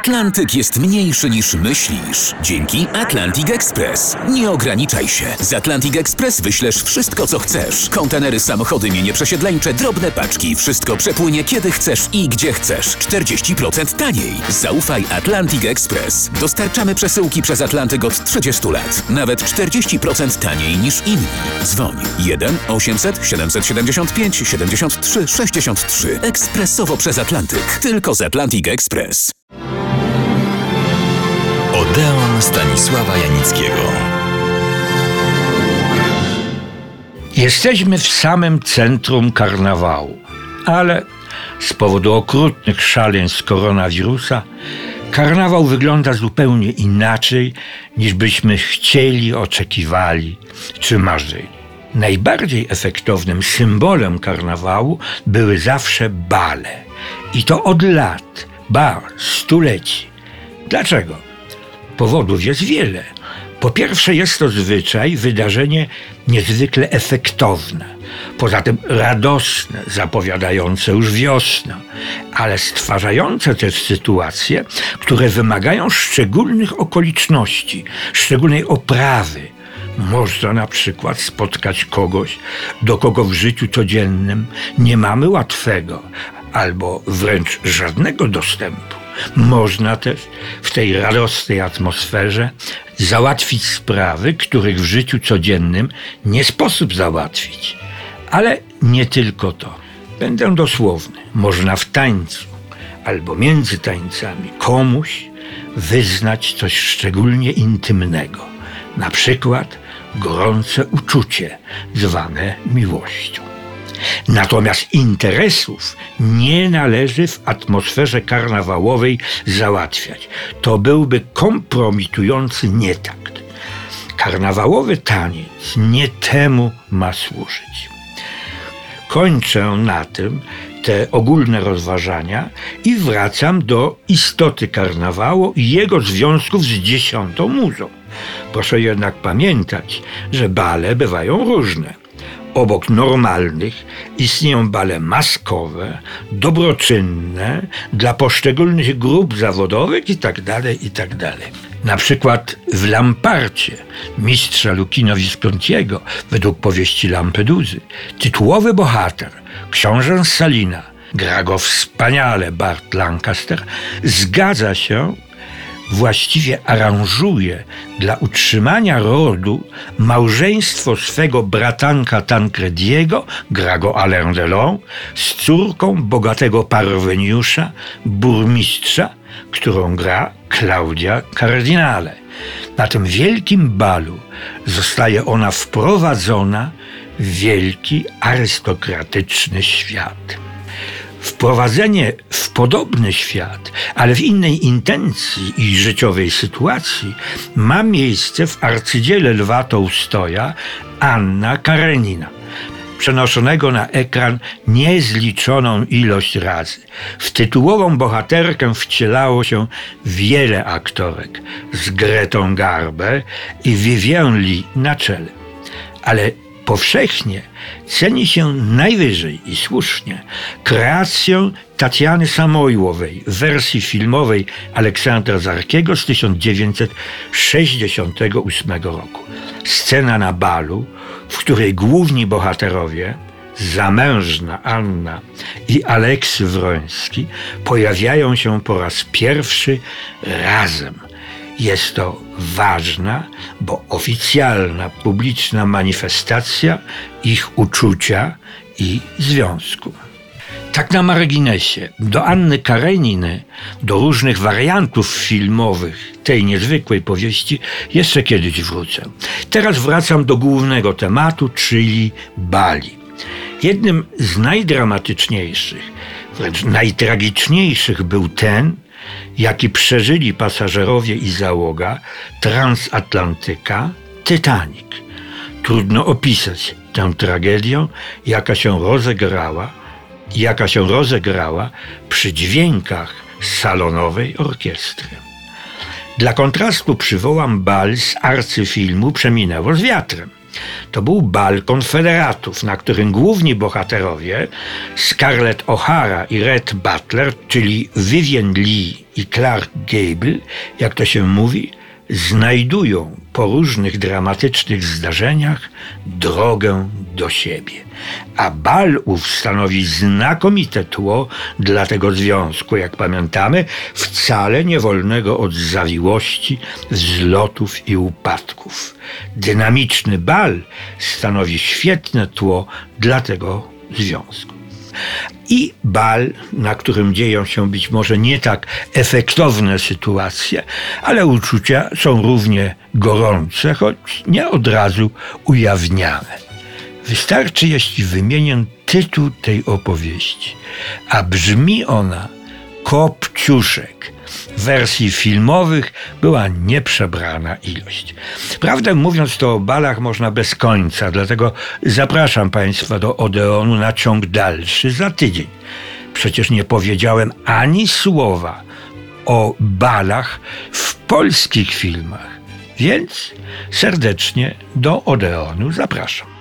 Atlantyk jest mniejszy niż myślisz. Dzięki Atlantic Express. Nie ograniczaj się. Z Atlantic Express wyślesz wszystko, co chcesz. Kontenery, samochody, mienie przesiedleńcze, drobne paczki. Wszystko przepłynie kiedy chcesz i gdzie chcesz. 40% taniej. Zaufaj Atlantic Express. Dostarczamy przesyłki przez Atlantyk od 30 lat. Nawet 40% taniej niż inni. Dzwoń 1 800 775 73 63. Ekspresowo przez Atlantyk. Tylko z Atlantic Express. Odeon Stanisława Janickiego. Jesteśmy w samym centrum karnawału, ale z powodu okrutnych szaleństw koronawirusa karnawał wygląda zupełnie inaczej, niż byśmy chcieli, oczekiwali czy marzyli. Najbardziej efektownym symbolem karnawału były zawsze bale. I to od lat, stuleci. Dlaczego? Powodów jest wiele. Po pierwsze, jest to wydarzenie niezwykle efektowne. Poza tym radosne, zapowiadające już wiosnę, ale stwarzające też sytuacje, które wymagają szczególnych okoliczności, szczególnej oprawy. Można na przykład spotkać kogoś, do kogo w życiu codziennym nie mamy łatwego albo wręcz żadnego dostępu. Można też w tej radosnej atmosferze załatwić sprawy, których w życiu codziennym nie sposób załatwić. Ale nie tylko to. Będę dosłowny. Można w tańcu albo między tańcami komuś wyznać coś szczególnie intymnego. Na przykład gorące uczucie zwane miłością. Natomiast interesów nie należy w atmosferze karnawałowej załatwiać. To byłby kompromitujący nietakt. Karnawałowy taniec nie temu ma służyć. Kończę na tym te ogólne rozważania i wracam do istoty karnawału i jego związków z 10. muzą. Proszę jednak pamiętać, że bale bywają różne. Obok normalnych istnieją bale maskowe, dobroczynne, dla poszczególnych grup zawodowych itd. Na przykład w Lamparcie mistrza Luchino Viscontiego, według powieści Lampeduzy, tytułowy bohater, książę z Salina, gra go wspaniale Burt Lancaster, zgadza się, właściwie aranżuje dla utrzymania rodu małżeństwo swego bratanka Tancrediego, gra go Alain Delon, z córką bogatego parweniusza, burmistrza, którą gra Claudia Cardinale. Na tym wielkim balu zostaje ona wprowadzona w wielki, arystokratyczny świat. Wprowadzenie w podobny świat, ale w innej intencji i życiowej sytuacji ma miejsce w arcydziele Lwa Tołstoja Anna Karenina, przenoszonego na ekran niezliczoną ilość razy. W tytułową bohaterkę wcielało się wiele aktorek, z Gretą Garbo i Vivien Leigh na czele. Ale powszechnie ceni się najwyżej i słusznie kreację Tatiany Samojłowej w wersji filmowej Aleksandra Zarkiego z 1968 roku. Scena na balu, w której główni bohaterowie, zamężna Anna i Aleksy Wroński, pojawiają się po raz pierwszy razem. Jest to ważna, bo oficjalna, publiczna manifestacja ich uczucia i związku. Tak na marginesie, do Anny Kareniny, do różnych wariantów filmowych tej niezwykłej powieści jeszcze kiedyś wrócę. Teraz wracam do głównego tematu, czyli bali. Jednym z najdramatyczniejszych, wręcz najtragiczniejszych był ten, jaki przeżyli pasażerowie i załoga transatlantyka Titanic. Trudno opisać tę tragedię, jaka się rozegrała przy dźwiękach salonowej orkiestry. Dla kontrastu przywołam bal z arcyfilmu Przeminęło z wiatrem. To był bal konfederatów, na którym główni bohaterowie Scarlett O'Hara i Rhett Butler, czyli Vivien Leigh i Clark Gable, jak to się mówi, znajdują po różnych dramatycznych zdarzeniach drogę do siebie. A bal ów stanowi znakomite tło dla tego związku, jak pamiętamy, wcale nie wolnego od zawiłości, wzlotów i upadków. Dynamiczny bal stanowi świetne tło dla tego związku. I bal, na którym dzieją się być może nie tak efektowne sytuacje, ale uczucia są równie gorące, choć nie od razu ujawniane. Wystarczy, jeśli wymienię tytuł tej opowieści, a brzmi ona Kopciuszek. W wersji filmowych była nieprzebrana ilość. Prawdę mówiąc, to o balach można bez końca, dlatego zapraszam Państwa do Odeonu na ciąg dalszy za tydzień. Przecież nie powiedziałem ani słowa o balach w polskich filmach, więc serdecznie do Odeonu zapraszam.